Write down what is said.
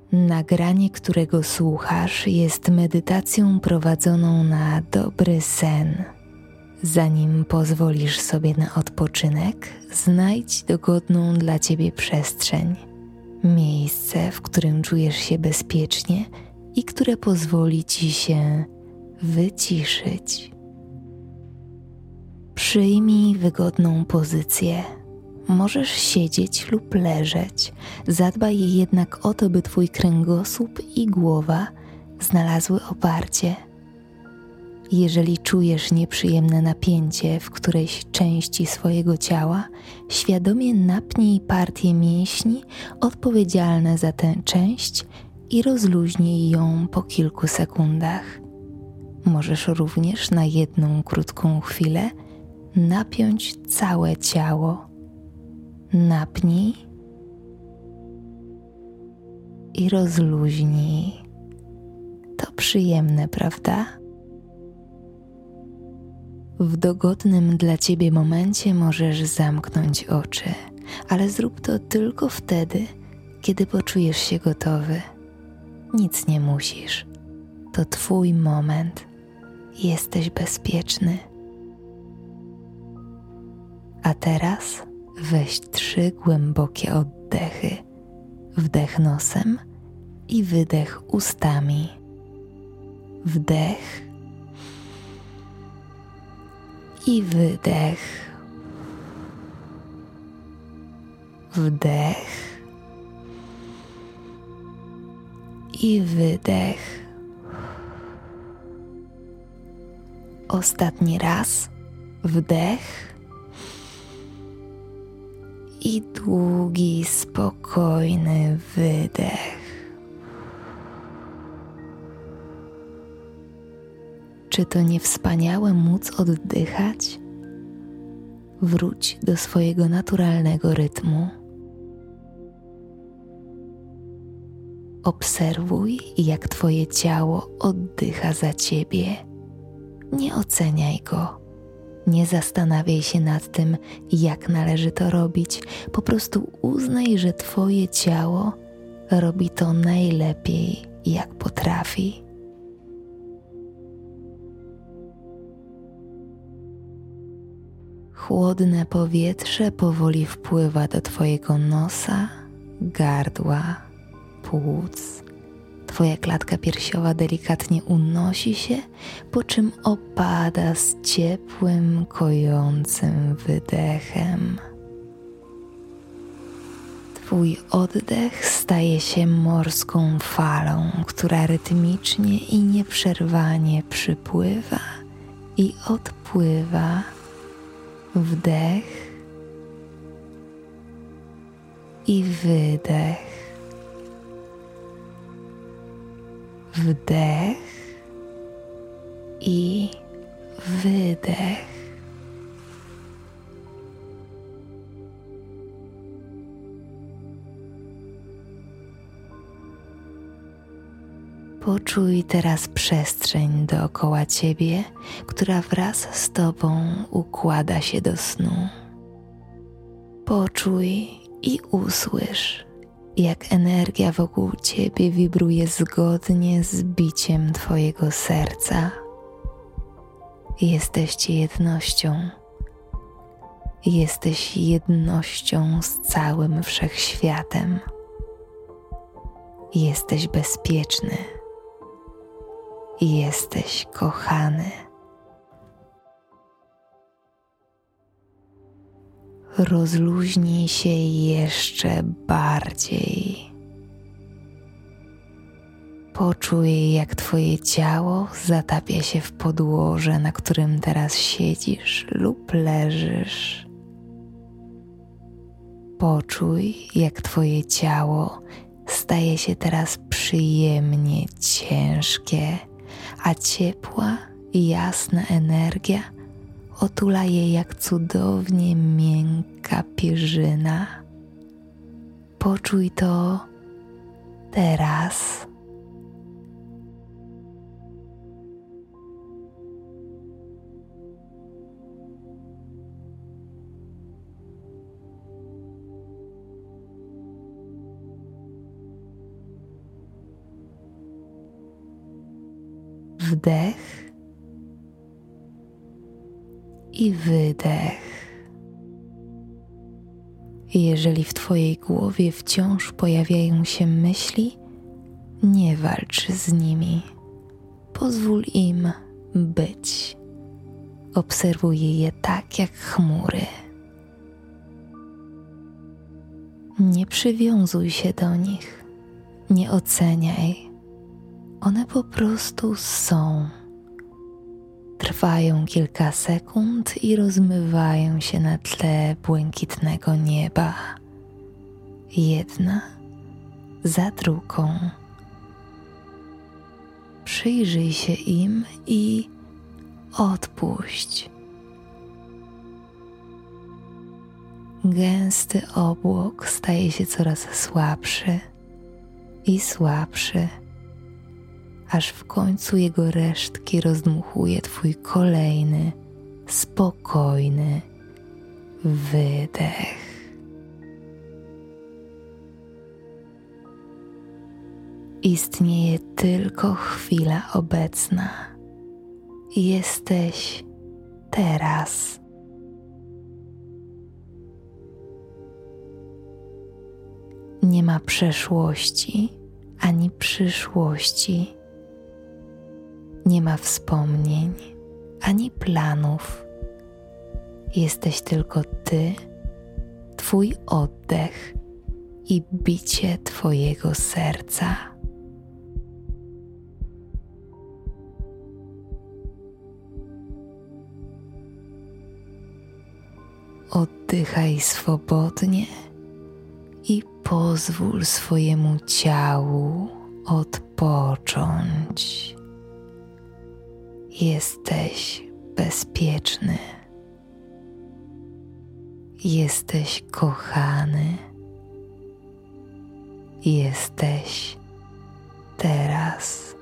Nagranie, którego słuchasz, jest medytacją prowadzoną na dobry sen. Zanim pozwolisz sobie na odpoczynek, znajdź dogodną dla Ciebie przestrzeń. Miejsce, w którym czujesz się bezpiecznie i które pozwoli Ci się wyciszyć. Przyjmij wygodną pozycję. Możesz siedzieć lub leżeć. Zadbaj jednak o to, by Twój kręgosłup i głowa znalazły oparcie. Jeżeli czujesz nieprzyjemne napięcie w którejś części swojego ciała, świadomie napnij partie mięśni odpowiedzialne za tę część i rozluźnij ją po kilku sekundach. Możesz również na jedną krótką chwilę napiąć całe ciało. Napnij i rozluźnij. To przyjemne, prawda? W dogodnym dla Ciebie momencie możesz zamknąć oczy, ale zrób to tylko wtedy, kiedy poczujesz się gotowy. Nic nie musisz. To Twój moment. Jesteś bezpieczny. A teraz weź 3 głębokie oddechy. Wdech nosem i wydech ustami. Wdech i wydech. Wdech i wydech. Ostatni raz. Wdech i długi, spokojny wydech. Czy to nie wspaniałe móc oddychać? Wróć do swojego naturalnego rytmu. Obserwuj, jak Twoje ciało oddycha za Ciebie. Nie oceniaj go. Nie zastanawiaj się nad tym, jak należy to robić. Po prostu uznaj, że Twoje ciało robi to najlepiej, jak potrafi. Chłodne powietrze powoli wpływa do Twojego nosa, gardła, płuc. Twoja klatka piersiowa delikatnie unosi się, po czym opada z ciepłym, kojącym wydechem. Twój oddech staje się morską falą, która rytmicznie i nieprzerwanie przypływa i odpływa. Wdech i wydech. Wdech i wydech. Poczuj teraz przestrzeń dookoła Ciebie, która wraz z Tobą układa się do snu. Poczuj i usłysz, jak energia wokół Ciebie wibruje zgodnie z biciem Twojego serca. Jesteście jednością. Jesteś jednością z całym wszechświatem. Jesteś bezpieczny. Jesteś kochany. Rozluźnij się jeszcze bardziej. Poczuj, jak Twoje ciało zatapia się w podłoże, na którym teraz siedzisz lub leżysz. Poczuj, jak Twoje ciało staje się teraz przyjemnie ciężkie, a ciepła, jasna energia otula je jak cudownie miękka pierzyna. Poczuj to teraz. Wdech i wydech. Jeżeli w Twojej głowie wciąż pojawiają się myśli, nie walcz z nimi. Pozwól im być. Obserwuj je tak jak chmury. Nie przywiązuj się do nich, nie oceniaj. One po prostu są. Trwają kilka sekund i rozmywają się na tle błękitnego nieba. Jedna za drugą. Przyjrzyj się im i odpuść. Gęsty obłok staje się coraz słabszy i słabszy, aż w końcu jego resztki rozdmuchuje Twój kolejny, spokojny wydech. Istnieje tylko chwila obecna. Jesteś teraz. Nie ma przeszłości ani przyszłości. Nie ma wspomnień ani planów. Jesteś tylko Ty, Twój oddech i bicie Twojego serca. Oddychaj swobodnie i pozwól swojemu ciału odpocząć. Jesteś bezpieczny. Jesteś kochany. Jesteś teraz.